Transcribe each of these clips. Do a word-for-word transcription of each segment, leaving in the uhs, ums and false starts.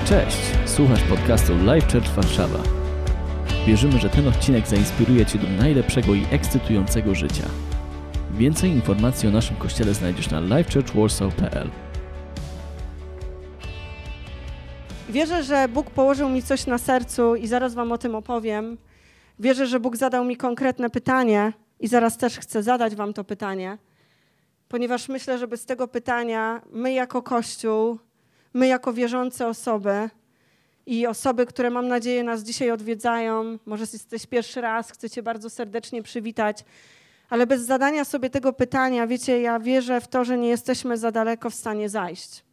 Cześć, słuchasz podcastu Life Church Warszawa. Wierzymy, że ten odcinek zainspiruje Cię do najlepszego i ekscytującego życia. Więcej informacji o naszym kościele znajdziesz na life church warsaw kropka p l. Wierzę, że Bóg położył mi coś na sercu i zaraz Wam o tym opowiem. Wierzę, że Bóg zadał mi konkretne pytanie i zaraz też chcę zadać Wam to pytanie, ponieważ myślę, że bez tego pytania my jako Kościół, my jako wierzące osoby i osoby, które mam nadzieję nas dzisiaj odwiedzają, może jesteś pierwszy raz, chcę Cię bardzo serdecznie przywitać, ale bez zadania sobie tego pytania, wiecie, ja wierzę w to, że nie jesteśmy za daleko w stanie zajść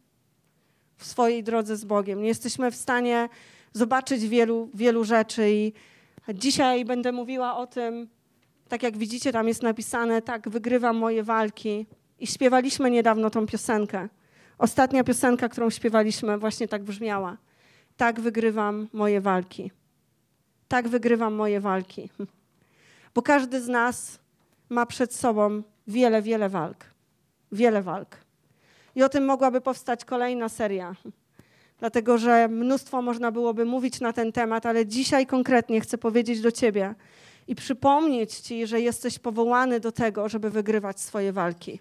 w swojej drodze z Bogiem. Nie jesteśmy w stanie zobaczyć wielu, wielu rzeczy i dzisiaj będę mówiła o tym, tak jak widzicie, tam jest napisane, tak wygrywam moje walki. I śpiewaliśmy niedawno tą piosenkę. Ostatnia piosenka, którą śpiewaliśmy, właśnie tak brzmiała. Tak wygrywam moje walki. Tak wygrywam moje walki. Bo każdy z nas ma przed sobą wiele, wiele walk. Wiele walk. I o tym mogłaby powstać kolejna seria. Dlatego, że mnóstwo można byłoby mówić na ten temat, ale dzisiaj konkretnie chcę powiedzieć do Ciebie i przypomnieć Ci, że jesteś powołany do tego, żeby wygrywać swoje walki.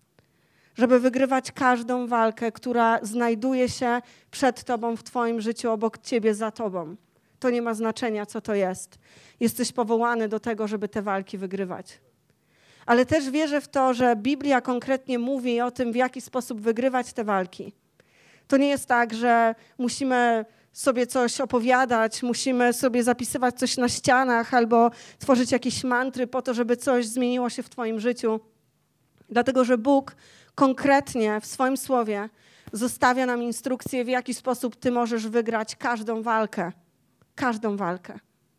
Żeby wygrywać każdą walkę, która znajduje się przed Tobą w Twoim życiu, obok Ciebie, za Tobą. To nie ma znaczenia, co to jest. Jesteś powołany do tego, żeby te walki wygrywać. Ale też wierzę w to, że Biblia konkretnie mówi o tym, w jaki sposób wygrywać te walki. To nie jest tak, że musimy sobie coś opowiadać, musimy sobie zapisywać coś na ścianach albo tworzyć jakieś mantry po to, żeby coś zmieniło się w Twoim życiu. Dlatego, że Bóg konkretnie w swoim słowie zostawia nam instrukcję, w jaki sposób Ty możesz wygrać każdą walkę. Każdą walkę.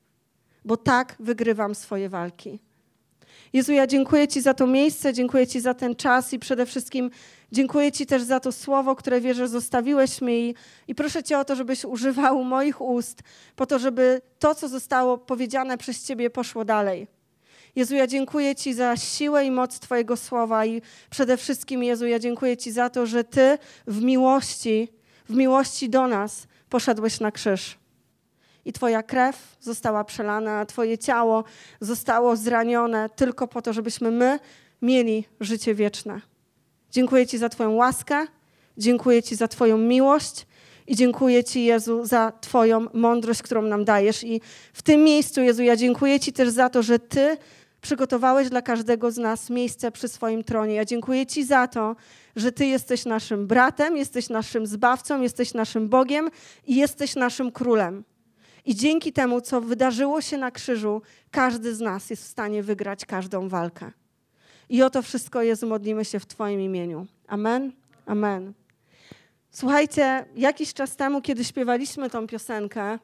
Bo tak wygrywam swoje walki. Jezu, ja dziękuję Ci za to miejsce, dziękuję Ci za ten czas i przede wszystkim dziękuję Ci też za to słowo, które wierzę zostawiłeś mi i proszę Cię o to, żebyś używał moich ust po to, żeby to, co zostało powiedziane przez Ciebie, poszło dalej. Jezu, ja dziękuję Ci za siłę i moc Twojego słowa i przede wszystkim, Jezu, ja dziękuję Ci za to, że Ty w miłości, w miłości do nas poszedłeś na krzyż. I Twoja krew została przelana, a Twoje ciało zostało zranione tylko po to, żebyśmy my mieli życie wieczne. Dziękuję Ci za Twoją łaskę, dziękuję Ci za Twoją miłość i dziękuję Ci, Jezu, za Twoją mądrość, którą nam dajesz. I w tym miejscu, Jezu, ja dziękuję Ci też za to, że Ty przygotowałeś dla każdego z nas miejsce przy swoim tronie. Ja dziękuję Ci za to, że Ty jesteś naszym bratem, jesteś naszym zbawcą, jesteś naszym Bogiem i jesteś naszym królem. I dzięki temu, co wydarzyło się na krzyżu, każdy z nas jest w stanie wygrać każdą walkę. I o to wszystko, Jezu, modlimy się w Twoim imieniu. Amen? Amen. Słuchajcie, jakiś czas temu, kiedy śpiewaliśmy tą piosenkę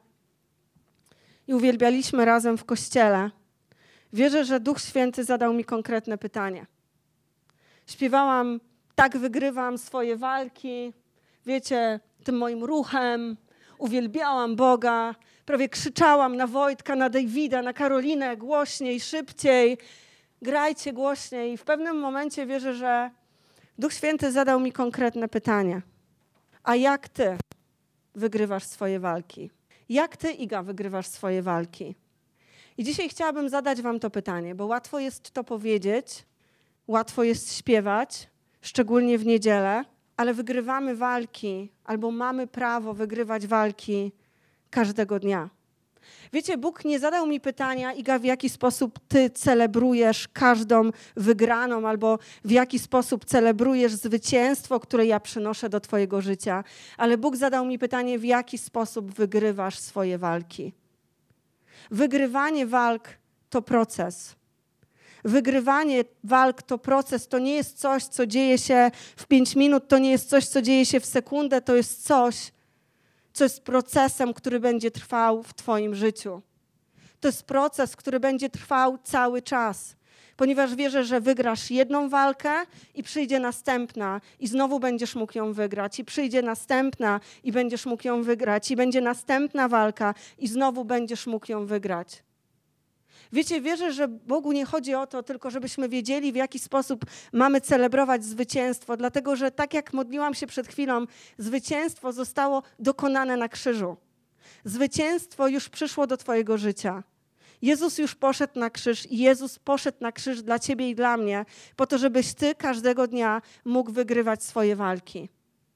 i uwielbialiśmy razem w kościele, wierzę, że Duch Święty zadał mi konkretne pytanie. Śpiewałam, tak wygrywam swoje walki, wiecie, tym moim ruchem, uwielbiałam Boga, prawie krzyczałam na Wojtka, na Davida, na Karolinę głośniej, szybciej, grajcie głośniej. I w pewnym momencie wierzę, że Duch Święty zadał mi konkretne pytanie. A jak Ty wygrywasz swoje walki? Jak Ty, Iga, wygrywasz swoje walki? I dzisiaj chciałabym zadać Wam to pytanie, bo łatwo jest to powiedzieć, łatwo jest śpiewać, szczególnie w niedzielę, ale wygrywamy walki albo mamy prawo wygrywać walki każdego dnia. Wiecie, Bóg nie zadał mi pytania, Iga, w jaki sposób Ty celebrujesz każdą wygraną albo w jaki sposób celebrujesz zwycięstwo, które ja przynoszę do Twojego życia, ale Bóg zadał mi pytanie, w jaki sposób wygrywasz swoje walki. Wygrywanie walk to proces. Wygrywanie walk to proces, to nie jest coś, co dzieje się w pięć minut, to nie jest coś, co dzieje się w sekundę, to jest coś, co jest procesem, który będzie trwał w Twoim życiu. To jest proces, który będzie trwał cały czas, ponieważ wierzę, że wygrasz jedną walkę i przyjdzie następna i znowu będziesz mógł ją wygrać i przyjdzie następna i będziesz mógł ją wygrać i będzie następna walka i znowu będziesz mógł ją wygrać. Wiecie, wierzę, że Bogu nie chodzi o to tylko, żebyśmy wiedzieli, w jaki sposób mamy celebrować zwycięstwo, dlatego że tak jak modliłam się przed chwilą, zwycięstwo zostało dokonane na krzyżu. Zwycięstwo już przyszło do twojego życia. Jezus już poszedł na krzyż i Jezus poszedł na krzyż dla ciebie i dla mnie, po to, żebyś ty każdego dnia mógł wygrywać swoje walki.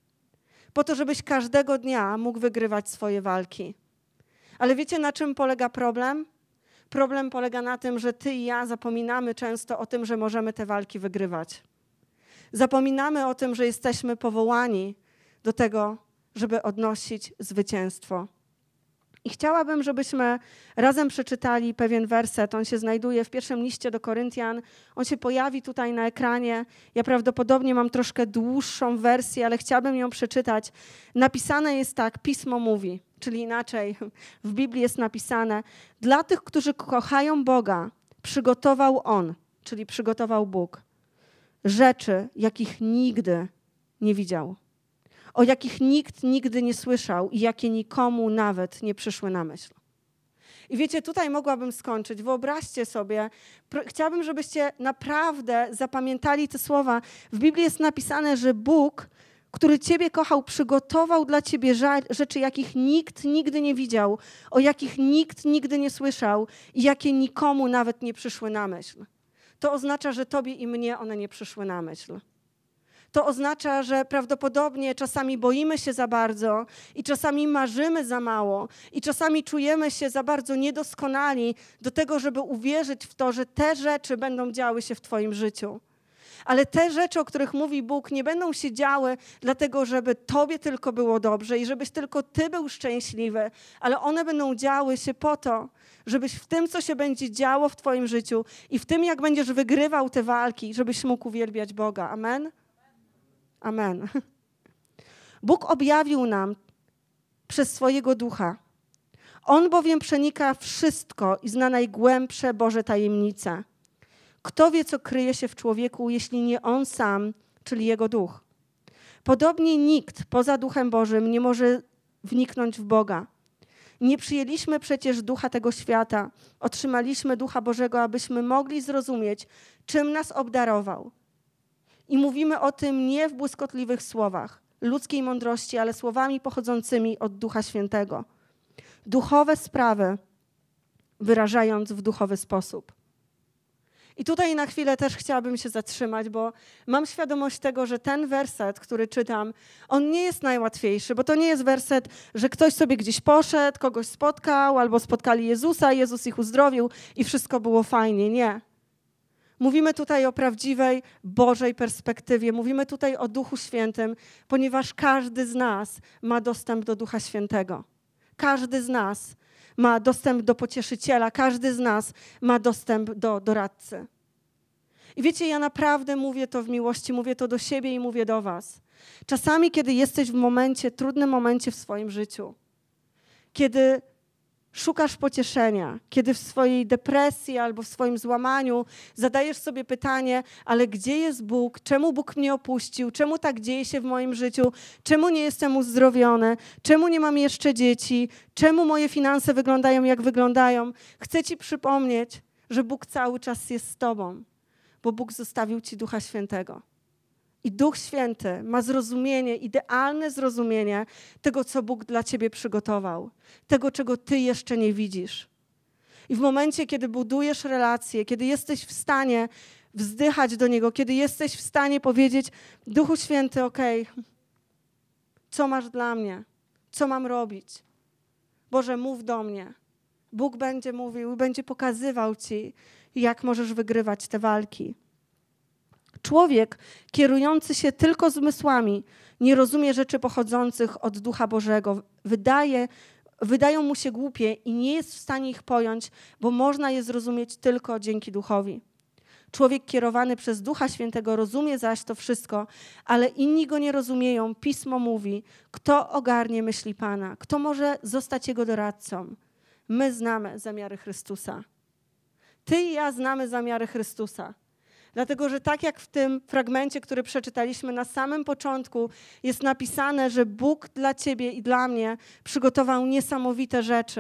Po to, żebyś każdego dnia mógł wygrywać swoje walki. Ale wiecie, na czym polega problem? Problem polega na tym, że ty i ja zapominamy często o tym, że możemy te walki wygrywać. Zapominamy o tym, że jesteśmy powołani do tego, żeby odnosić zwycięstwo. I chciałabym, żebyśmy razem przeczytali pewien werset. On się znajduje w pierwszym liście do Koryntian. On się pojawi tutaj na ekranie. Ja prawdopodobnie mam troszkę dłuższą wersję, ale chciałabym ją przeczytać. Napisane jest tak, Pismo mówi, czyli inaczej w Biblii jest napisane: dla tych, którzy kochają Boga, przygotował On, czyli przygotował Bóg, rzeczy, jakich nigdy nie widział, o jakich nikt nigdy nie słyszał i jakie nikomu nawet nie przyszły na myśl. I wiecie, tutaj mogłabym skończyć. Wyobraźcie sobie, chciałabym, żebyście naprawdę zapamiętali te słowa. W Biblii jest napisane, że Bóg, który ciebie kochał, przygotował dla ciebie rzeczy, jakich nikt nigdy nie widział, o jakich nikt nigdy nie słyszał i jakie nikomu nawet nie przyszły na myśl. To oznacza, że tobie i mnie one nie przyszły na myśl. To oznacza, że prawdopodobnie czasami boimy się za bardzo i czasami marzymy za mało i czasami czujemy się za bardzo niedoskonali do tego, żeby uwierzyć w to, że te rzeczy będą działy się w twoim życiu. Ale te rzeczy, o których mówi Bóg, nie będą się działy dlatego, żeby tobie tylko było dobrze i żebyś tylko ty był szczęśliwy, ale one będą działy się po to, żebyś w tym, co się będzie działo w twoim życiu i w tym, jak będziesz wygrywał te walki, żebyś mógł uwielbiać Boga. Amen? Amen. Bóg objawił nam przez swojego Ducha. On bowiem przenika wszystko i zna najgłębsze Boże tajemnice. Kto wie, co kryje się w człowieku, jeśli nie on sam, czyli jego duch? Podobnie nikt poza Duchem Bożym nie może wniknąć w Boga. Nie przyjęliśmy przecież ducha tego świata. Otrzymaliśmy Ducha Bożego, abyśmy mogli zrozumieć, czym nas obdarował. I mówimy o tym nie w błyskotliwych słowach ludzkiej mądrości, ale słowami pochodzącymi od Ducha Świętego. Duchowe sprawy wyrażając w duchowy sposób. I tutaj na chwilę też chciałabym się zatrzymać, bo mam świadomość tego, że ten werset, który czytam, on nie jest najłatwiejszy, bo to nie jest werset, że ktoś sobie gdzieś poszedł, kogoś spotkał, albo spotkali Jezusa, Jezus ich uzdrowił i wszystko było fajnie. Nie. Mówimy tutaj o prawdziwej Bożej perspektywie. Mówimy tutaj o Duchu Świętym, ponieważ każdy z nas ma dostęp do Ducha Świętego. Każdy z nas ma dostęp do pocieszyciela, każdy z nas ma dostęp do doradcy. I wiecie, ja naprawdę mówię to w miłości, mówię to do siebie i mówię do was. Czasami, kiedy jesteś w momencie, trudnym momencie w swoim życiu, kiedy szukasz pocieszenia, kiedy w swojej depresji albo w swoim złamaniu zadajesz sobie pytanie, ale gdzie jest Bóg? Czemu Bóg mnie opuścił? Czemu tak dzieje się w moim życiu? Czemu nie jestem uzdrowiony? Czemu nie mam jeszcze dzieci? Czemu moje finanse wyglądają, jak wyglądają? Chcę ci przypomnieć, że Bóg cały czas jest z tobą, bo Bóg zostawił ci Ducha Świętego. I Duch Święty ma zrozumienie, idealne zrozumienie tego, co Bóg dla ciebie przygotował. Tego, czego ty jeszcze nie widzisz. I w momencie, kiedy budujesz relacje, kiedy jesteś w stanie wzdychać do Niego, kiedy jesteś w stanie powiedzieć: Duchu Święty, okej, okay, co masz dla mnie? Co mam robić? Boże, mów do mnie. Bóg będzie mówił i będzie pokazywał ci, jak możesz wygrywać te walki. Człowiek kierujący się tylko zmysłami nie rozumie rzeczy pochodzących od Ducha Bożego. Wydaje, wydają mu się głupie i nie jest w stanie ich pojąć, bo można je zrozumieć tylko dzięki Duchowi. Człowiek kierowany przez Ducha Świętego rozumie zaś to wszystko, ale inni go nie rozumieją. Pismo mówi, kto ogarnie myśli Pana, kto może zostać Jego doradcą. My znamy zamiary Chrystusa. Ty i ja znamy zamiary Chrystusa. Dlatego, że tak jak w tym fragmencie, który przeczytaliśmy na samym początku, jest napisane, że Bóg dla ciebie i dla mnie przygotował niesamowite rzeczy.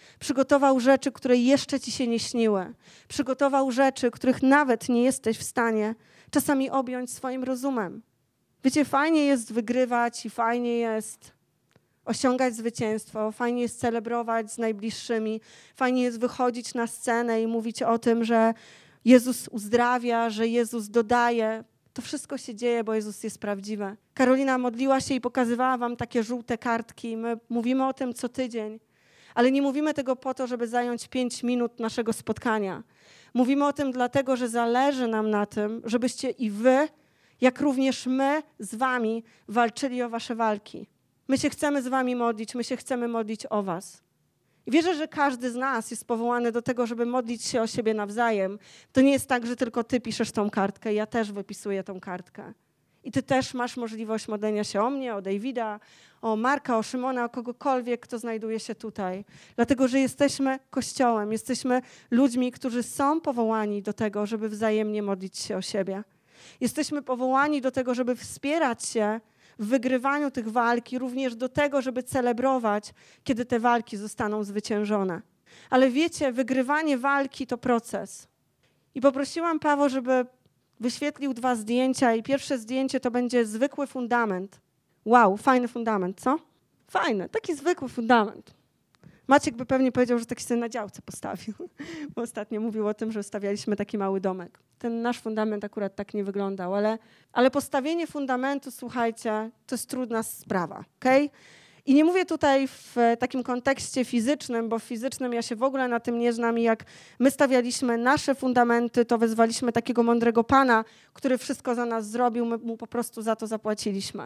Przygotował rzeczy, które jeszcze ci się nie śniły. Przygotował rzeczy, których nawet nie jesteś w stanie czasami objąć swoim rozumem. Wiecie, fajnie jest wygrywać i fajnie jest osiągać zwycięstwo, fajnie jest celebrować z najbliższymi, fajnie jest wychodzić na scenę i mówić o tym, że Jezus uzdrawia, że Jezus dodaje. To wszystko się dzieje, bo Jezus jest prawdziwy. Karolina modliła się i pokazywała wam takie żółte kartki. My mówimy o tym co tydzień, ale nie mówimy tego po to, żeby zająć pięć minut naszego spotkania. Mówimy o tym dlatego, że zależy nam na tym, żebyście i wy, jak również my z wami walczyli o wasze walki. My się chcemy z wami modlić, my się chcemy modlić o was. I wierzę, że każdy z nas jest powołany do tego, żeby modlić się o siebie nawzajem. To nie jest tak, że tylko ty piszesz tą kartkę, ja też wypisuję tą kartkę. I ty też masz możliwość modlenia się o mnie, o Davida, o Marka, o Szymona, o kogokolwiek, kto znajduje się tutaj. Dlatego, że jesteśmy Kościołem, jesteśmy ludźmi, którzy są powołani do tego, żeby wzajemnie modlić się o siebie. Jesteśmy powołani do tego, żeby wspierać się w wygrywaniu tych walk i również do tego, żeby celebrować, kiedy te walki zostaną zwyciężone. Ale wiecie, wygrywanie walki to proces. I poprosiłam Paweł, żeby wyświetlił dwa zdjęcia i pierwsze zdjęcie to będzie zwykły fundament. Wow, fajny fundament, co? Fajny, taki zwykły fundament. Maciek by pewnie powiedział, że taki sobie na działce postawił, bo ostatnio mówił o tym, że stawialiśmy taki mały domek. Ten nasz fundament akurat tak nie wyglądał, ale, ale postawienie fundamentu, słuchajcie, to jest trudna sprawa, okej? Okay? I nie mówię tutaj w takim kontekście fizycznym, bo w fizycznym ja się w ogóle na tym nie znam i jak my stawialiśmy nasze fundamenty, to wezwaliśmy takiego mądrego pana, który wszystko za nas zrobił, my mu po prostu za to zapłaciliśmy.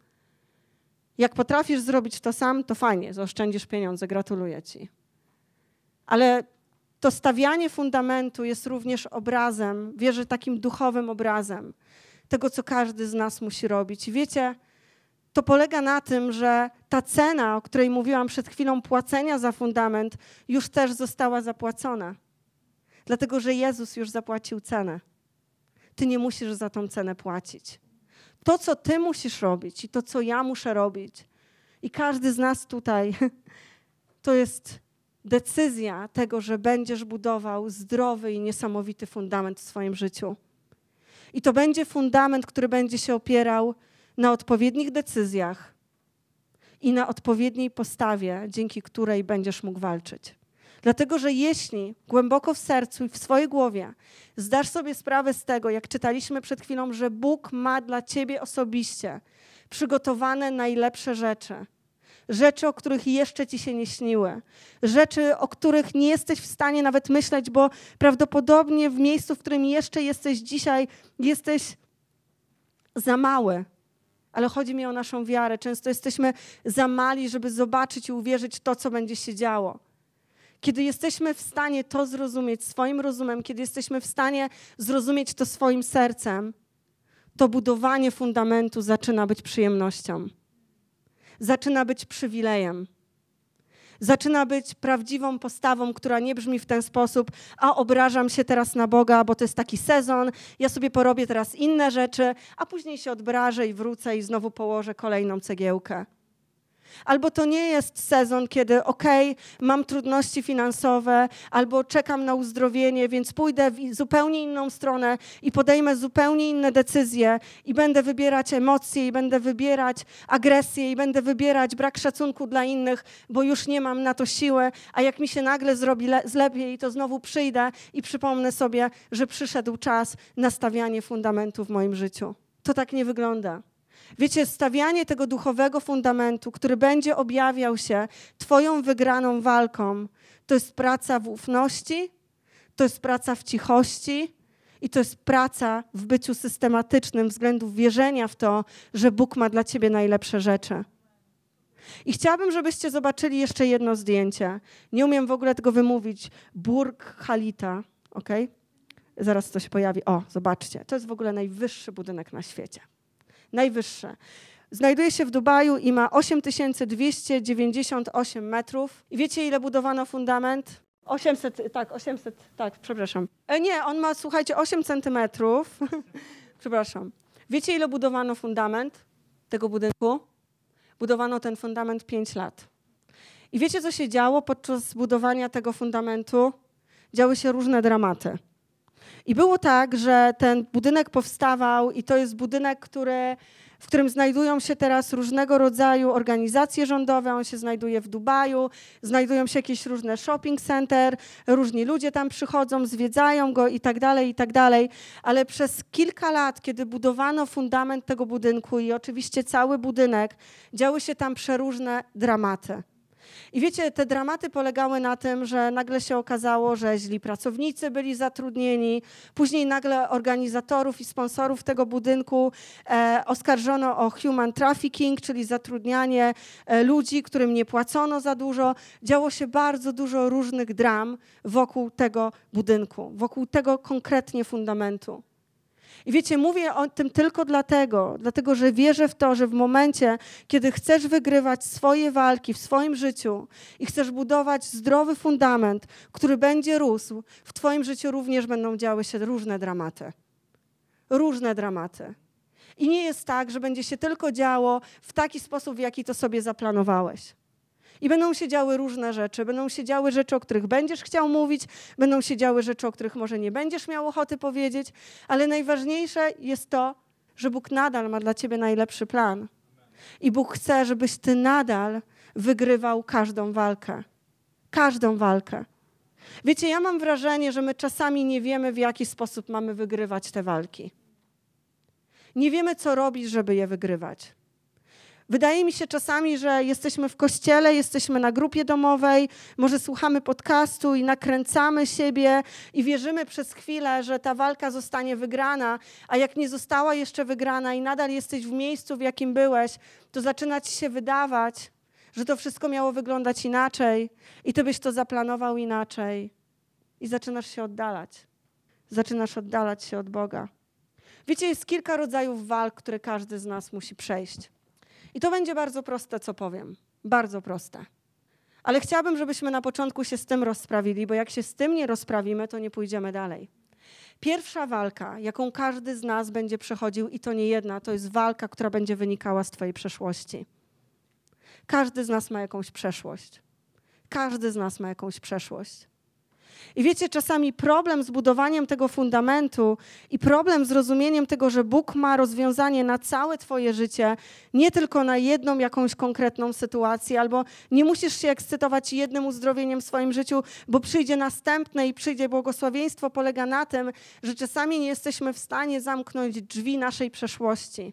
Jak potrafisz zrobić to sam, to fajnie, zaoszczędzisz pieniądze, gratuluję ci. Ale to stawianie fundamentu jest również obrazem, wierzę, takim duchowym obrazem tego, co każdy z nas musi robić. I wiecie, to polega na tym, że ta cena, o której mówiłam przed chwilą, płacenia za fundament, już też została zapłacona. Dlatego, że Jezus już zapłacił cenę. Ty nie musisz za tą cenę płacić. To, co ty musisz robić i to, co ja muszę robić i każdy z nas tutaj, to jest decyzja tego, że będziesz budował zdrowy i niesamowity fundament w swoim życiu. I to będzie fundament, który będzie się opierał na odpowiednich decyzjach i na odpowiedniej postawie, dzięki której będziesz mógł walczyć. Dlatego, że jeśli głęboko w sercu i w swojej głowie zdasz sobie sprawę z tego, jak czytaliśmy przed chwilą, że Bóg ma dla ciebie osobiście przygotowane najlepsze rzeczy, rzeczy, o których jeszcze ci się nie śniły, rzeczy, o których nie jesteś w stanie nawet myśleć, bo prawdopodobnie w miejscu, w którym jeszcze jesteś dzisiaj, jesteś za mały. Ale chodzi mi o naszą wiarę. Często jesteśmy za mali, żeby zobaczyć i uwierzyć to, co będzie się działo. Kiedy jesteśmy w stanie to zrozumieć swoim rozumem, kiedy jesteśmy w stanie zrozumieć to swoim sercem, to budowanie fundamentu zaczyna być przyjemnością. Zaczyna być przywilejem. Zaczyna być prawdziwą postawą, która nie brzmi w ten sposób, a obrażam się teraz na Boga, bo to jest taki sezon, ja sobie porobię teraz inne rzeczy, a później się odbrażę i wrócę i znowu położę kolejną cegiełkę. Albo to nie jest sezon, kiedy okej, okay, mam trudności finansowe, albo czekam na uzdrowienie, więc pójdę w zupełnie inną stronę i podejmę zupełnie inne decyzje i będę wybierać emocje, i będę wybierać agresję, i będę wybierać brak szacunku dla innych, bo już nie mam na to siły, a jak mi się nagle zrobi le- lepiej, to znowu przyjdę i przypomnę sobie, że przyszedł czas na stawianie fundamentu w moim życiu. To tak nie wygląda. Wiecie, stawianie tego duchowego fundamentu, który będzie objawiał się twoją wygraną walką, to jest praca w ufności, to jest praca w cichości i to jest praca w byciu systematycznym względów wierzenia w to, że Bóg ma dla ciebie najlepsze rzeczy. I chciałabym, żebyście zobaczyli jeszcze jedno zdjęcie. Nie umiem w ogóle tego wymówić. Burj Khalifa, okej? Okay? Zaraz to się pojawi. O, zobaczcie. To jest w ogóle najwyższy budynek na świecie. Najwyższe. Znajduje się w Dubaju i ma osiem tysięcy dwieście dziewięćdziesiąt osiem metrów. I wiecie, ile budowano fundament? osiemset, tak, osiemset, tak, przepraszam. E, nie, on ma, słuchajcie, osiem centymetrów. Przepraszam. Wiecie, ile budowano fundament tego budynku? Budowano ten fundament pięć lat. I wiecie, co się działo podczas budowania tego fundamentu? Działy się różne dramaty. I było tak, że ten budynek powstawał i to jest budynek, który, w którym znajdują się teraz różnego rodzaju organizacje rządowe. On się znajduje w Dubaju, znajdują się jakieś różne shopping center, różni ludzie tam przychodzą, zwiedzają go i tak dalej, i tak dalej. Ale przez kilka lat, kiedy budowano fundament tego budynku i oczywiście cały budynek, działy się tam przeróżne dramaty. I wiecie, te dramaty polegały na tym, że nagle się okazało, że źli pracownicy byli zatrudnieni, później nagle organizatorów i sponsorów tego budynku e, oskarżono o human trafficking, czyli zatrudnianie e, ludzi, którym nie płacono za dużo. Działo się bardzo dużo różnych dram wokół tego budynku, wokół tego konkretnie fundamentu. I wiecie, mówię o tym tylko dlatego, dlatego że wierzę w to, że w momencie, kiedy chcesz wygrywać swoje walki w swoim życiu i chcesz budować zdrowy fundament, który będzie rósł, w twoim życiu również będą działy się różne dramaty. Różne dramaty. I nie jest tak, że będzie się tylko działo w taki sposób, w jaki to sobie zaplanowałeś. I będą się działy różne rzeczy. Będą się działy rzeczy, o których będziesz chciał mówić, będą się działy rzeczy, o których może nie będziesz miał ochoty powiedzieć, ale najważniejsze jest to, że Bóg nadal ma dla ciebie najlepszy plan. I Bóg chce, żebyś ty nadal wygrywał każdą walkę. Każdą walkę. Wiecie, ja mam wrażenie, że my czasami nie wiemy, w jaki sposób mamy wygrywać te walki. Nie wiemy, co robić, żeby je wygrywać. Wydaje mi się czasami, że jesteśmy w kościele, jesteśmy na grupie domowej, może słuchamy podcastu i nakręcamy siebie i wierzymy przez chwilę, że ta walka zostanie wygrana, a jak nie została jeszcze wygrana i nadal jesteś w miejscu, w jakim byłeś, to zaczyna ci się wydawać, że to wszystko miało wyglądać inaczej i ty byś to zaplanował inaczej i zaczynasz się oddalać. Zaczynasz oddalać się od Boga. Wiecie, jest kilka rodzajów walk, które każdy z nas musi przejść. I to będzie bardzo proste, co powiem. Bardzo proste. Ale chciałabym, żebyśmy na początku się z tym rozprawili, bo jak się z tym nie rozprawimy, to nie pójdziemy dalej. Pierwsza walka, jaką każdy z nas będzie przechodził, i to nie jedna, to jest walka, która będzie wynikała z twojej przeszłości. Każdy z nas ma jakąś przeszłość. Każdy z nas ma jakąś przeszłość. I wiecie, czasami problem z budowaniem tego fundamentu i problem z rozumieniem tego, że Bóg ma rozwiązanie na całe twoje życie, nie tylko na jedną jakąś konkretną sytuację, albo nie musisz się ekscytować jednym uzdrowieniem w swoim życiu, bo przyjdzie następne i przyjdzie błogosławieństwo, polega na tym, że czasami nie jesteśmy w stanie zamknąć drzwi naszej przeszłości.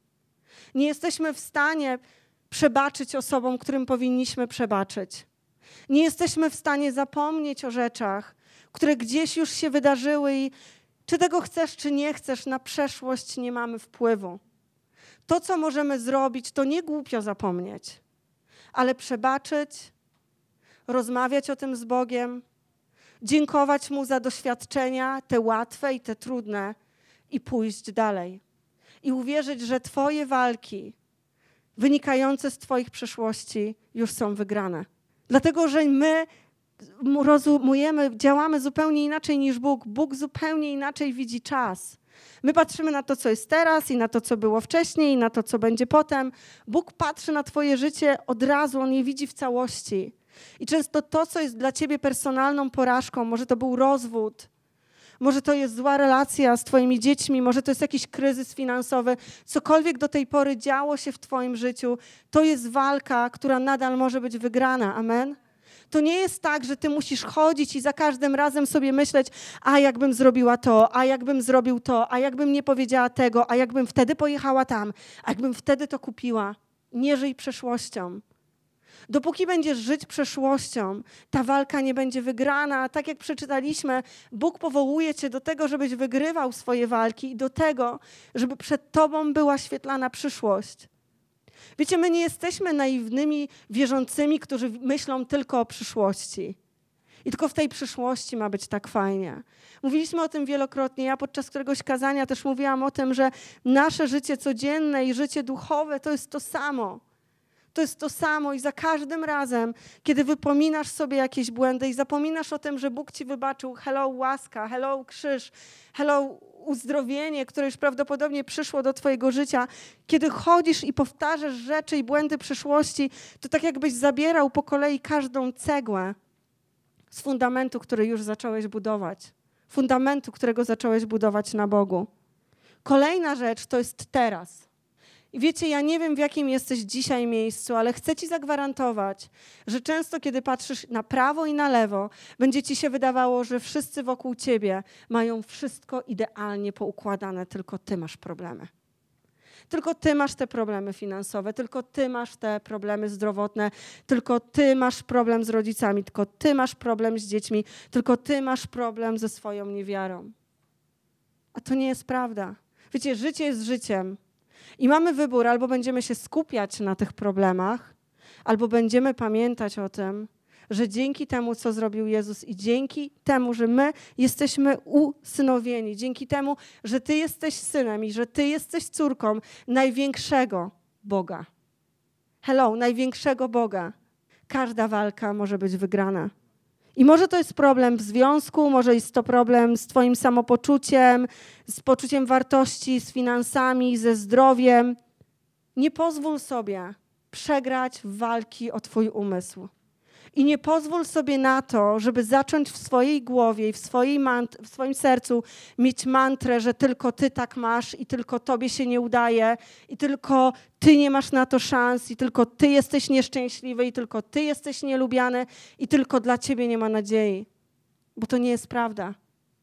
Nie jesteśmy w stanie przebaczyć osobom, którym powinniśmy przebaczyć. Nie jesteśmy w stanie zapomnieć o rzeczach, które gdzieś już się wydarzyły i czy tego chcesz, czy nie chcesz, na przeszłość nie mamy wpływu. To, co możemy zrobić, to nie głupio zapomnieć, ale przebaczyć, rozmawiać o tym z Bogiem, dziękować Mu za doświadczenia, te łatwe i te trudne i pójść dalej. I uwierzyć, że twoje walki wynikające z twoich przeszłości już są wygrane. Dlatego, że my rozumujemy, działamy zupełnie inaczej niż Bóg. Bóg zupełnie inaczej widzi czas. My patrzymy na to, co jest teraz i na to, co było wcześniej i na to, co będzie potem. Bóg patrzy na twoje życie od razu, On je widzi w całości. I często to, co jest dla ciebie personalną porażką, może to był rozwód, może to jest zła relacja z twoimi dziećmi, może to jest jakiś kryzys finansowy, cokolwiek do tej pory działo się w twoim życiu, to jest walka, która nadal może być wygrana. Amen? To nie jest tak, że ty musisz chodzić i za każdym razem sobie myśleć, a jakbym zrobiła to, a jakbym zrobił to, a jakbym nie powiedziała tego, a jakbym wtedy pojechała tam, a jakbym wtedy to kupiła. Nie żyj przeszłością. Dopóki będziesz żyć przeszłością, ta walka nie będzie wygrana. Tak jak przeczytaliśmy, Bóg powołuje cię do tego, żebyś wygrywał swoje walki i do tego, żeby przed tobą była świetlana przyszłość. Wiecie, my nie jesteśmy naiwnymi wierzącymi, którzy myślą tylko o przyszłości. I tylko w tej przyszłości ma być tak fajnie. Mówiliśmy o tym wielokrotnie. Ja podczas któregoś kazania też mówiłam o tym, że nasze życie codzienne i życie duchowe to jest to samo. To jest to samo i za każdym razem, kiedy wypominasz sobie jakieś błędy i zapominasz o tym, że Bóg ci wybaczył, hello łaska, hello krzyż, hello uzdrowienie, które już prawdopodobnie przyszło do twojego życia, kiedy chodzisz i powtarzasz rzeczy i błędy przyszłości, to tak jakbyś zabierał po kolei każdą cegłę z fundamentu, który już zacząłeś budować. Fundamentu, którego zacząłeś budować na Bogu. Kolejna rzecz to jest teraz. I wiecie, ja nie wiem, w jakim jesteś dzisiaj miejscu, ale chcę ci zagwarantować, że często, kiedy patrzysz na prawo i na lewo, będzie ci się wydawało, że wszyscy wokół ciebie mają wszystko idealnie poukładane, tylko ty masz problemy. Tylko ty masz te problemy finansowe, tylko ty masz te problemy zdrowotne, tylko ty masz problem z rodzicami, tylko ty masz problem z dziećmi, tylko ty masz problem ze swoją niewiarą. A to nie jest prawda. Wiecie, życie jest życiem. I mamy wybór, albo będziemy się skupiać na tych problemach, albo będziemy pamiętać o tym, że dzięki temu, co zrobił Jezus i dzięki temu, że my jesteśmy usynowieni, dzięki temu, że ty jesteś synem i że ty jesteś córką największego Boga. Hello, największego Boga. Każda walka może być wygrana. I może to jest problem w związku, może jest to problem z twoim samopoczuciem, z poczuciem wartości, z finansami, ze zdrowiem. Nie pozwól sobie przegrać walki o twój umysł. I nie pozwól sobie na to, żeby zacząć w swojej głowie i w, swojej mant- w swoim sercu mieć mantrę, że tylko ty tak masz i tylko tobie się nie udaje i tylko ty nie masz na to szans i tylko ty jesteś nieszczęśliwy i tylko ty jesteś nielubiany i tylko dla ciebie nie ma nadziei. Bo to nie jest prawda.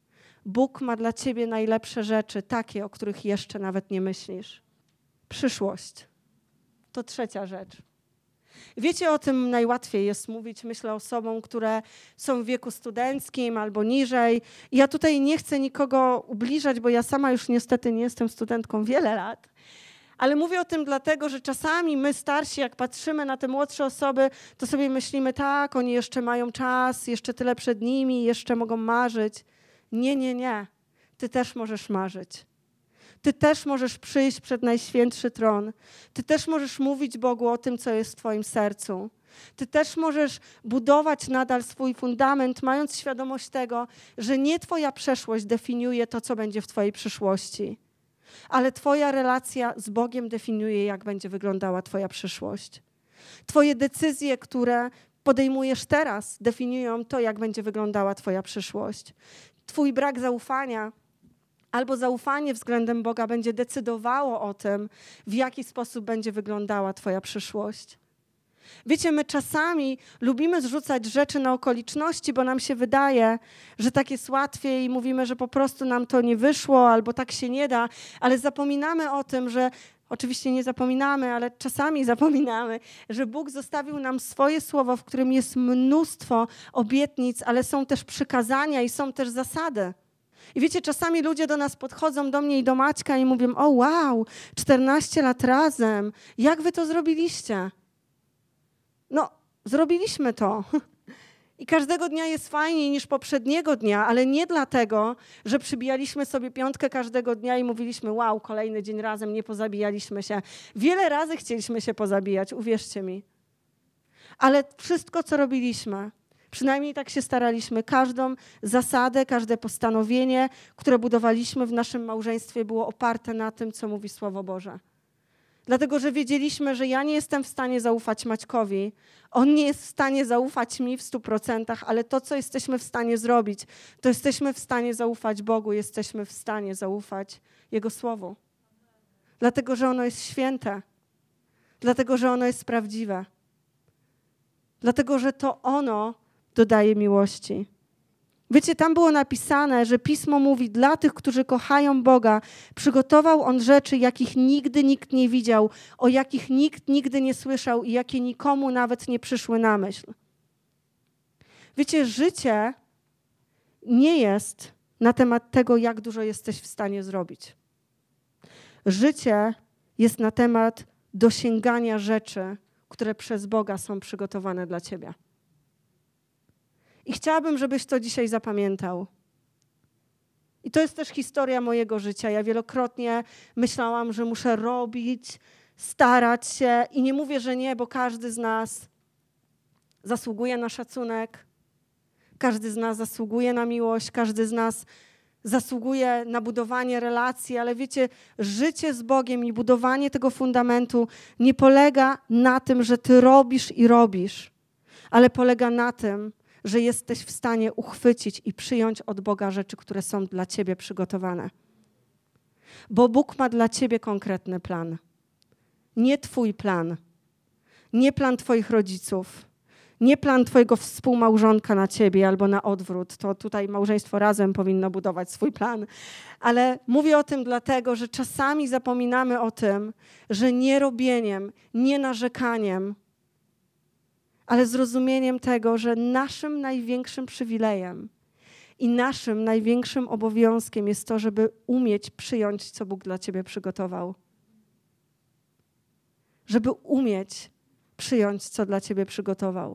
Bóg ma dla ciebie najlepsze rzeczy, takie, o których jeszcze nawet nie myślisz. Przyszłość. To trzecia rzecz. Wiecie, o tym najłatwiej jest mówić, myślę, osobom, które są w wieku studenckim albo niżej. I ja tutaj nie chcę nikogo ubliżać, bo ja sama już niestety nie jestem studentką wiele lat. Ale mówię o tym dlatego, że czasami my starsi, jak patrzymy na te młodsze osoby, to sobie myślimy, tak, oni jeszcze mają czas, jeszcze tyle przed nimi, jeszcze mogą marzyć. Nie, nie, nie. Ty też możesz marzyć. Ty też możesz przyjść przed Najświętszy Tron. Ty też możesz mówić Bogu o tym, co jest w twoim sercu. Ty też możesz budować nadal swój fundament, mając świadomość tego, że nie twoja przeszłość definiuje to, co będzie w twojej przyszłości, ale twoja relacja z Bogiem definiuje, jak będzie wyglądała twoja przyszłość. Twoje decyzje, które podejmujesz teraz, definiują to, jak będzie wyglądała twoja przyszłość. Twój brak zaufania albo zaufanie względem Boga będzie decydowało o tym, w jaki sposób będzie wyglądała twoja przyszłość. Wiecie, my czasami lubimy zrzucać rzeczy na okoliczności, bo nam się wydaje, że tak jest łatwiej i mówimy, że po prostu nam to nie wyszło albo tak się nie da, ale zapominamy o tym, że oczywiście nie zapominamy, ale czasami zapominamy, że Bóg zostawił nam swoje słowo, w którym jest mnóstwo obietnic, ale są też przykazania i są też zasady. I wiecie, czasami ludzie do nas podchodzą, do mnie i do Maćka i mówią, o wow, czternaście lat razem, jak wy to zrobiliście? No, zrobiliśmy to. I każdego dnia jest fajniej niż poprzedniego dnia, ale nie dlatego, że przybijaliśmy sobie piątkę każdego dnia i mówiliśmy, wow, kolejny dzień razem, nie pozabijaliśmy się. Wiele razy chcieliśmy się pozabijać, uwierzcie mi. Ale wszystko, co robiliśmy, przynajmniej tak się staraliśmy, każdą zasadę, każde postanowienie, które budowaliśmy w naszym małżeństwie, było oparte na tym, co mówi Słowo Boże. Dlatego, że wiedzieliśmy, że ja nie jestem w stanie zaufać Maćkowi, on nie jest w stanie zaufać mi w stu procentach, ale to, co jesteśmy w stanie zrobić, to jesteśmy w stanie zaufać Bogu, jesteśmy w stanie zaufać Jego Słowu. Dlatego, że ono jest święte, dlatego, że ono jest prawdziwe, dlatego, że to ono dodaje miłości. Wiecie, tam było napisane, że Pismo mówi, dla tych, którzy kochają Boga, przygotował On rzeczy, jakich nigdy nikt nie widział, o jakich nikt nigdy nie słyszał i jakie nikomu nawet nie przyszły na myśl. Wiecie, życie nie jest na temat tego, jak dużo jesteś w stanie zrobić. Życie jest na temat dosięgania rzeczy, które przez Boga są przygotowane dla ciebie. I chciałabym, żebyś to dzisiaj zapamiętał. I to jest też historia mojego życia. Ja wielokrotnie myślałam, że muszę robić, starać się i nie mówię, że nie, bo każdy z nas zasługuje na szacunek, każdy z nas zasługuje na miłość, każdy z nas zasługuje na budowanie relacji, ale wiecie, życie z Bogiem i budowanie tego fundamentu nie polega na tym, że ty robisz i robisz, ale polega na tym, że jesteś w stanie uchwycić i przyjąć od Boga rzeczy, które są dla ciebie przygotowane. Bo Bóg ma dla ciebie konkretny plan. Nie twój plan. Nie plan twoich rodziców. Nie plan twojego współmałżonka na ciebie albo na odwrót. To tutaj małżeństwo razem powinno budować swój plan. Ale mówię o tym dlatego, że czasami zapominamy o tym, że nie robieniem, nie narzekaniem, ale zrozumieniem tego, że naszym największym przywilejem i naszym największym obowiązkiem jest to, żeby umieć przyjąć, co Bóg dla ciebie przygotował. Żeby umieć przyjąć, co dla ciebie przygotował.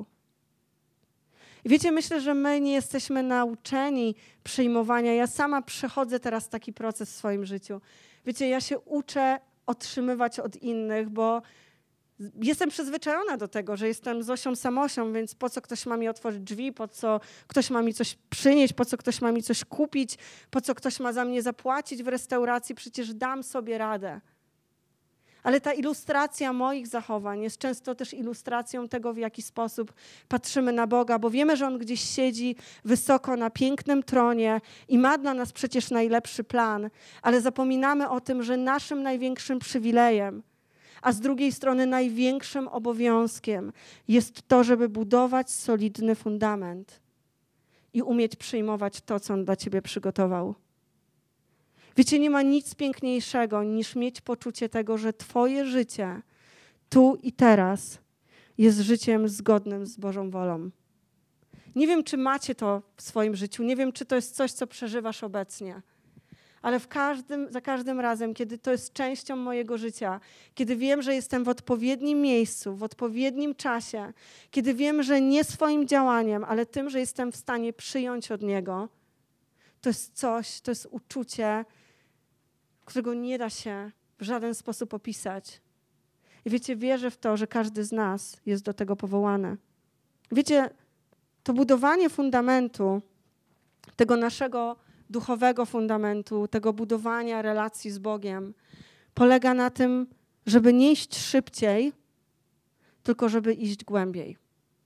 I wiecie, myślę, że my nie jesteśmy nauczeni przyjmowania. Ja sama przechodzę teraz taki proces w swoim życiu. Wiecie, ja się uczę otrzymywać od innych, bo jestem przyzwyczajona do tego, że jestem Zosią Samosią, więc po co ktoś ma mi otworzyć drzwi, po co ktoś ma mi coś przynieść, po co ktoś ma mi coś kupić, po co ktoś ma za mnie zapłacić w restauracji, przecież dam sobie radę. Ale ta ilustracja moich zachowań jest często też ilustracją tego, w jaki sposób patrzymy na Boga, bo wiemy, że On gdzieś siedzi wysoko na pięknym tronie i ma dla nas przecież najlepszy plan, ale zapominamy o tym, że naszym największym przywilejem, a z drugiej strony największym obowiązkiem jest to, żeby budować solidny fundament i umieć przyjmować to, co On dla ciebie przygotował. Wiecie, nie ma nic piękniejszego niż mieć poczucie tego, że twoje życie tu i teraz jest życiem zgodnym z Bożą wolą. Nie wiem, czy macie to w swoim życiu, nie wiem, czy to jest coś, co przeżywasz obecnie, ale w każdym, za każdym razem, kiedy to jest częścią mojego życia, kiedy wiem, że jestem w odpowiednim miejscu, w odpowiednim czasie, kiedy wiem, że nie swoim działaniem, ale tym, że jestem w stanie przyjąć od Niego, to jest coś, to jest uczucie, którego nie da się w żaden sposób opisać. I wiecie, wierzę w to, że każdy z nas jest do tego powołany. Wiecie, to budowanie fundamentu, tego naszego duchowego fundamentu, tego budowania relacji z Bogiem, polega na tym, żeby nie iść szybciej, tylko żeby iść głębiej.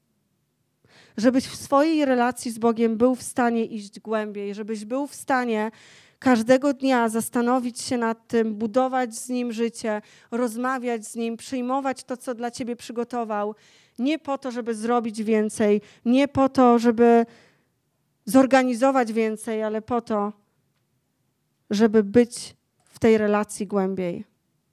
Żebyś w swojej relacji z Bogiem był w stanie iść głębiej, żebyś był w stanie każdego dnia zastanowić się nad tym, budować z Nim życie, rozmawiać z Nim, przyjmować to, co dla ciebie przygotował. Nie po to, żeby zrobić więcej, nie po to, żeby zorganizować więcej, ale po to, żeby być w tej relacji głębiej.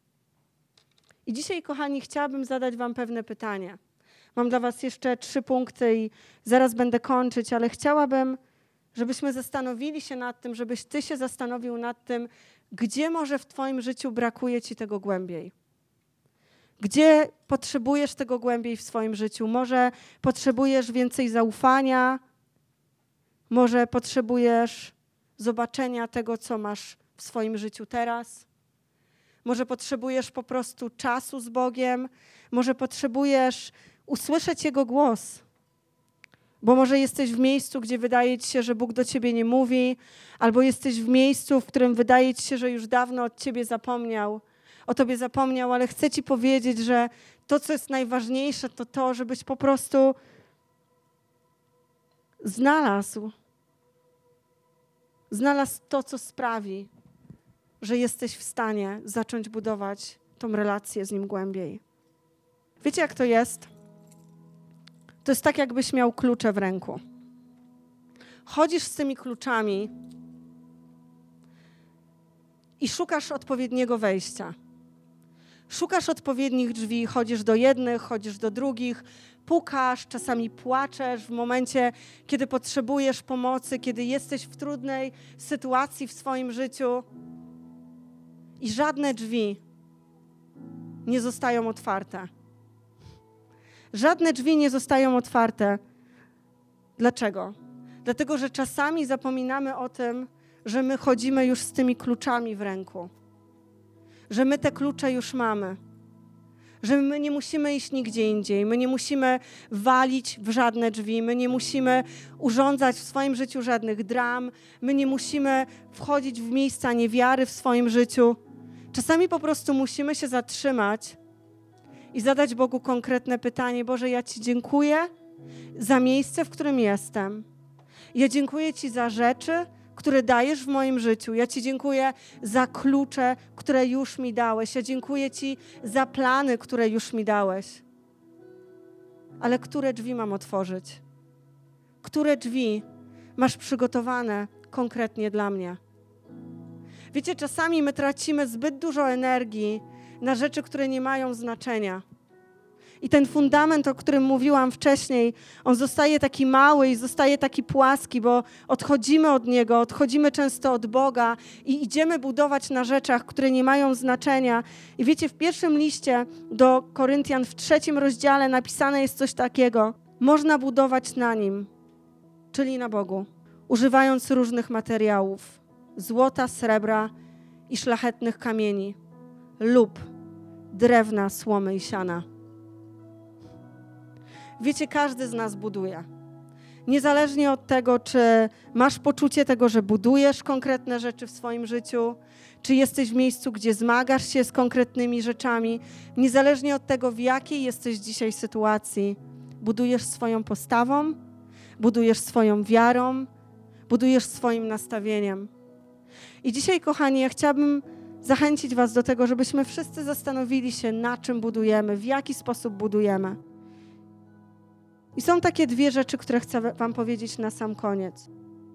I dzisiaj, kochani, chciałabym zadać wam pewne pytanie. Mam dla was jeszcze trzy punkty i zaraz będę kończyć, ale chciałabym, żebyśmy zastanowili się nad tym, żebyś ty się zastanowił nad tym, gdzie może w twoim życiu brakuje ci tego głębiej. Gdzie potrzebujesz tego głębiej w swoim życiu? Może potrzebujesz więcej zaufania, może potrzebujesz zobaczenia tego, co masz w swoim życiu teraz. Może potrzebujesz po prostu czasu z Bogiem, może potrzebujesz usłyszeć Jego głos. Bo może jesteś w miejscu, gdzie wydaje ci się, że Bóg do ciebie nie mówi, albo jesteś w miejscu, w którym wydaje ci się, że już dawno od ciebie zapomniał, o tobie zapomniał, ale chcę ci powiedzieć, że to, co jest najważniejsze, to to, żebyś po prostu znalazł, znalazł to, co sprawi, że jesteś w stanie zacząć budować tą relację z Nim głębiej. Wiecie, jak to jest? To jest tak, jakbyś miał klucze w ręku. Chodzisz z tymi kluczami i szukasz odpowiedniego wejścia. Szukasz odpowiednich drzwi, chodzisz do jednych, chodzisz do drugich, pukasz, czasami płaczesz w momencie, kiedy potrzebujesz pomocy, kiedy jesteś w trudnej sytuacji w swoim życiu i żadne drzwi nie zostają otwarte. Żadne drzwi nie zostają otwarte. Dlaczego? Dlatego, że czasami zapominamy o tym, że my chodzimy już z tymi kluczami w ręku. Że my te klucze już mamy. że my nie musimy iść nigdzie indziej, my nie musimy walić w żadne drzwi, my nie musimy urządzać w swoim życiu żadnych dram, my nie musimy wchodzić w miejsca niewiary w swoim życiu. Czasami po prostu musimy się zatrzymać i zadać Bogu konkretne pytanie: Boże, ja Ci dziękuję za miejsce, w którym jestem. Ja dziękuję Ci za rzeczy, które dajesz w moim życiu. Ja Ci dziękuję za klucze, które już mi dałeś. Ja dziękuję Ci za plany, które już mi dałeś. Ale które drzwi mam otworzyć? Które drzwi masz przygotowane konkretnie dla mnie? Wiecie, czasami my tracimy zbyt dużo energii na rzeczy, które nie mają znaczenia. I ten fundament, o którym mówiłam wcześniej, on zostaje taki mały i zostaje taki płaski, bo odchodzimy od Niego, odchodzimy często od Boga i idziemy budować na rzeczach, które nie mają znaczenia. I wiecie, w pierwszym liście do Koryntian, w trzecim rozdziale napisane jest coś takiego: można budować na Nim, czyli na Bogu, używając różnych materiałów, złota, srebra i szlachetnych kamieni lub drewna, słomy i siana. Wiecie, każdy z nas buduje. Niezależnie od tego, czy masz poczucie tego, że budujesz konkretne rzeczy w swoim życiu, czy jesteś w miejscu, gdzie zmagasz się z konkretnymi rzeczami, niezależnie od tego, w jakiej jesteś dzisiaj sytuacji, budujesz swoją postawą, budujesz swoją wiarą, budujesz swoim nastawieniem. I dzisiaj, kochani, ja chciałabym zachęcić was do tego, żebyśmy wszyscy zastanowili się, na czym budujemy, w jaki sposób budujemy. I są takie dwie rzeczy, które chcę wam powiedzieć na sam koniec.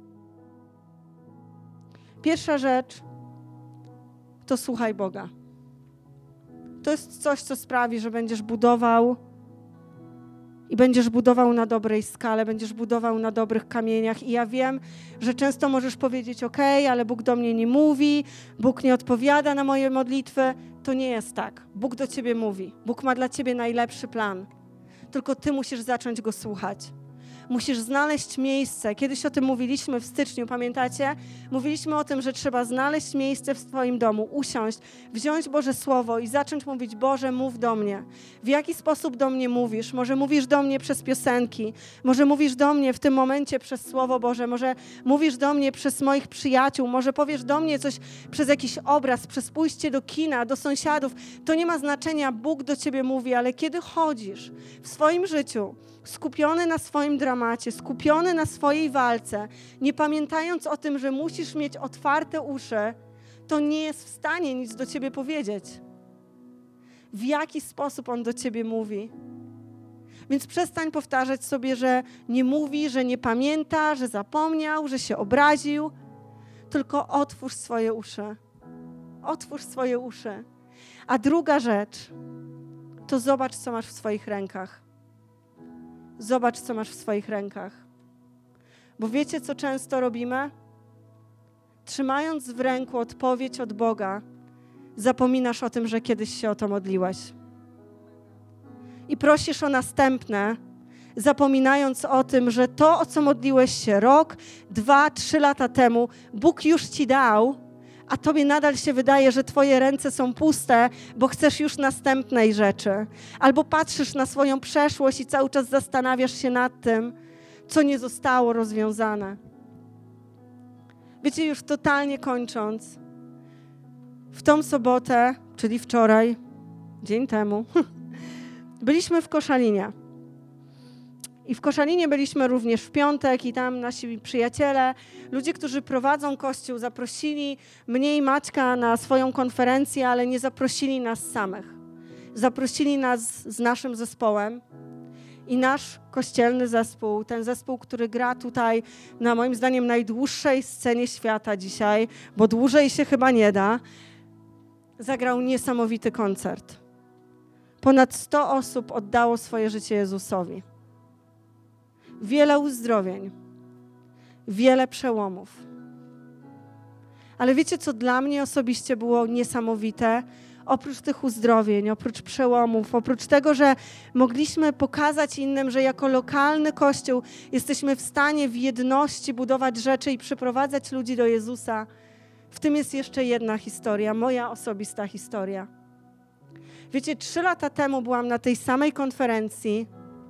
Pierwsza rzecz to słuchaj Boga. To jest coś, co sprawi, że będziesz budował i będziesz budował na dobrej skale, będziesz budował na dobrych kamieniach. I ja wiem, że często możesz powiedzieć: ok, ale Bóg do mnie nie mówi, Bóg nie odpowiada na moje modlitwy. To nie jest tak. Bóg do ciebie mówi. Bóg ma dla ciebie najlepszy plan. Tylko ty musisz zacząć go słuchać. Musisz znaleźć miejsce. Kiedyś o tym mówiliśmy w styczniu, pamiętacie? Mówiliśmy o tym, że trzeba znaleźć miejsce w swoim domu, usiąść, wziąć Boże Słowo i zacząć mówić: Boże, mów do mnie. W jaki sposób do mnie mówisz? Może mówisz do mnie przez piosenki, może mówisz do mnie w tym momencie przez Słowo Boże, może mówisz do mnie przez moich przyjaciół, może powiesz do mnie coś przez jakiś obraz, przez pójście do kina, do sąsiadów. To nie ma znaczenia, Bóg do ciebie mówi, ale kiedy chodzisz w swoim życiu skupiony na swoim dramacie, skupiony na swojej walce, nie pamiętając o tym, że musisz mieć otwarte uszy, to nie jest w stanie nic do ciebie powiedzieć. W jaki sposób on do ciebie mówi? Więc przestań powtarzać sobie, że nie mówi, że nie pamięta, że zapomniał, że się obraził, tylko otwórz swoje uszy. Otwórz swoje uszy. A druga rzecz, to zobacz, co masz w swoich rękach. Zobacz, co masz w swoich rękach. Bo wiecie, co często robimy? Trzymając w ręku odpowiedź od Boga, zapominasz o tym, że kiedyś się o to modliłeś. I prosisz o następne, zapominając o tym, że to, o co modliłeś się rok, dwa, trzy lata temu, Bóg już ci dał, a tobie nadal się wydaje, że twoje ręce są puste, bo chcesz już następnej rzeczy. Albo patrzysz na swoją przeszłość i cały czas zastanawiasz się nad tym, co nie zostało rozwiązane. Wiecie, już totalnie kończąc, w tą sobotę, czyli wczoraj, dzień temu, byliśmy w Koszalinie. I w Koszalinie byliśmy również w piątek i tam nasi przyjaciele, ludzie, którzy prowadzą Kościół, zaprosili mnie i Maćka na swoją konferencję, ale nie zaprosili nas samych. Zaprosili nas z naszym zespołem i nasz kościelny zespół, ten zespół, który gra tutaj na moim zdaniem najdłuższej scenie świata dzisiaj, bo dłużej się chyba nie da, zagrał niesamowity koncert. Ponad sto osób oddało swoje życie Jezusowi. Wiele uzdrowień, wiele przełomów. Ale wiecie, co dla mnie osobiście było niesamowite? Oprócz tych uzdrowień, oprócz przełomów, oprócz tego, że mogliśmy pokazać innym, że jako lokalny Kościół jesteśmy w stanie w jedności budować rzeczy i przyprowadzać ludzi do Jezusa, w tym jest jeszcze jedna historia, moja osobista historia. Wiecie, trzy lata temu byłam na tej samej konferencji,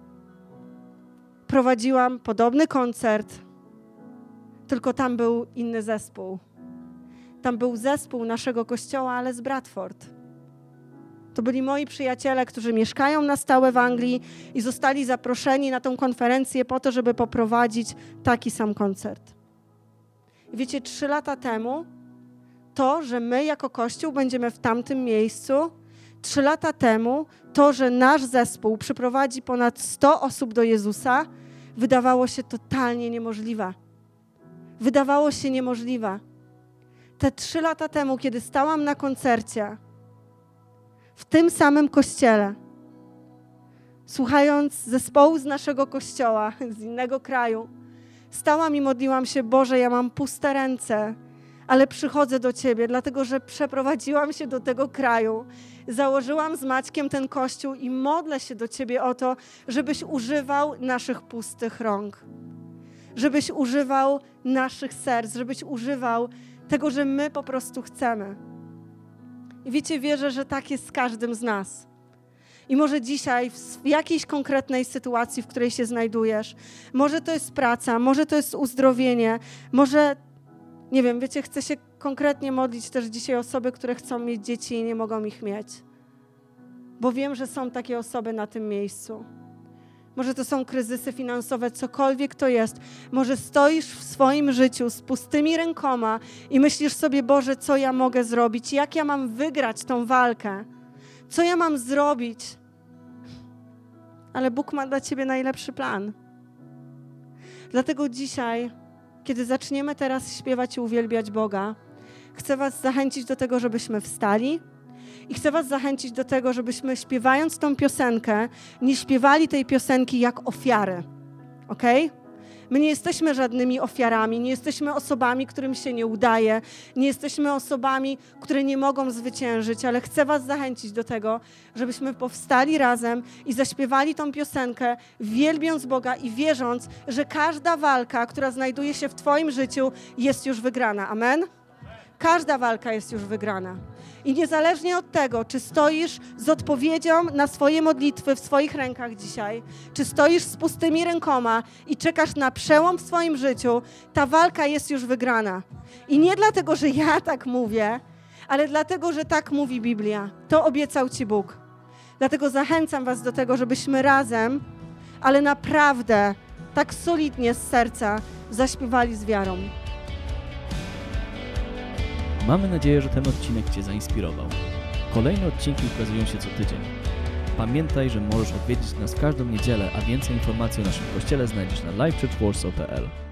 prowadziłam podobny koncert, tylko tam był inny zespół. Tam był zespół naszego kościoła, ale z Bradford. To byli moi przyjaciele, którzy mieszkają na stałe w Anglii i zostali zaproszeni na tą konferencję po to, żeby poprowadzić taki sam koncert. I wiecie, trzy lata temu to, że my jako Kościół będziemy w tamtym miejscu, trzy lata temu to, że nasz zespół przyprowadzi ponad sto osób do Jezusa, wydawało się totalnie niemożliwe. Wydawało się niemożliwe. Te trzy lata temu, kiedy stałam na koncercie, w tym samym kościele, słuchając zespołu z naszego kościoła, z innego kraju, stałam i modliłam się: Boże, ja mam puste ręce, ale przychodzę do Ciebie, dlatego że przeprowadziłam się do tego kraju, założyłam z Maćkiem ten kościół i modlę się do Ciebie o to, żebyś używał naszych pustych rąk, żebyś używał naszych serc, żebyś używał tego, że my po prostu chcemy. I wiecie, wierzę, że tak jest z każdym z nas. I może dzisiaj w jakiejś konkretnej sytuacji, w której się znajdujesz, może to jest praca, może to jest uzdrowienie, może, nie wiem, wiecie, chcę się konkretnie modlić też dzisiaj osoby, które chcą mieć dzieci i nie mogą ich mieć. Bo wiem, że są takie osoby na tym miejscu. Może to są kryzysy finansowe, cokolwiek to jest. Może stoisz w swoim życiu z pustymi rękoma i myślisz sobie: Boże, co ja mogę zrobić? Jak ja mam wygrać tą walkę? Co ja mam zrobić? Ale Bóg ma dla ciebie najlepszy plan. Dlatego dzisiaj, kiedy zaczniemy teraz śpiewać i uwielbiać Boga, chcę was zachęcić do tego, żebyśmy wstali i chcę was zachęcić do tego, żebyśmy śpiewając tą piosenkę, nie śpiewali tej piosenki jak ofiary. Okej? Okay? My nie jesteśmy żadnymi ofiarami, nie jesteśmy osobami, którym się nie udaje, nie jesteśmy osobami, które nie mogą zwyciężyć, ale chcę was zachęcić do tego, żebyśmy powstali razem i zaśpiewali tą piosenkę, wielbiąc Boga i wierząc, że każda walka, która znajduje się w twoim życiu, jest już wygrana. Amen? Każda walka jest już wygrana. I niezależnie od tego, czy stoisz z odpowiedzią na swoje modlitwy w swoich rękach dzisiaj, czy stoisz z pustymi rękoma i czekasz na przełom w swoim życiu, ta walka jest już wygrana. I nie dlatego, że ja tak mówię, ale dlatego, że tak mówi Biblia. To obiecał ci Bóg. Dlatego zachęcam was do tego, żebyśmy razem, ale naprawdę tak solidnie z serca zaśpiewali z wiarą. Mamy nadzieję, że ten odcinek cię zainspirował. Kolejne odcinki ukazują się co tydzień. Pamiętaj, że możesz odwiedzić nas w każdą niedzielę, a więcej informacji o naszym kościele znajdziesz na live church warsaw kropka p l.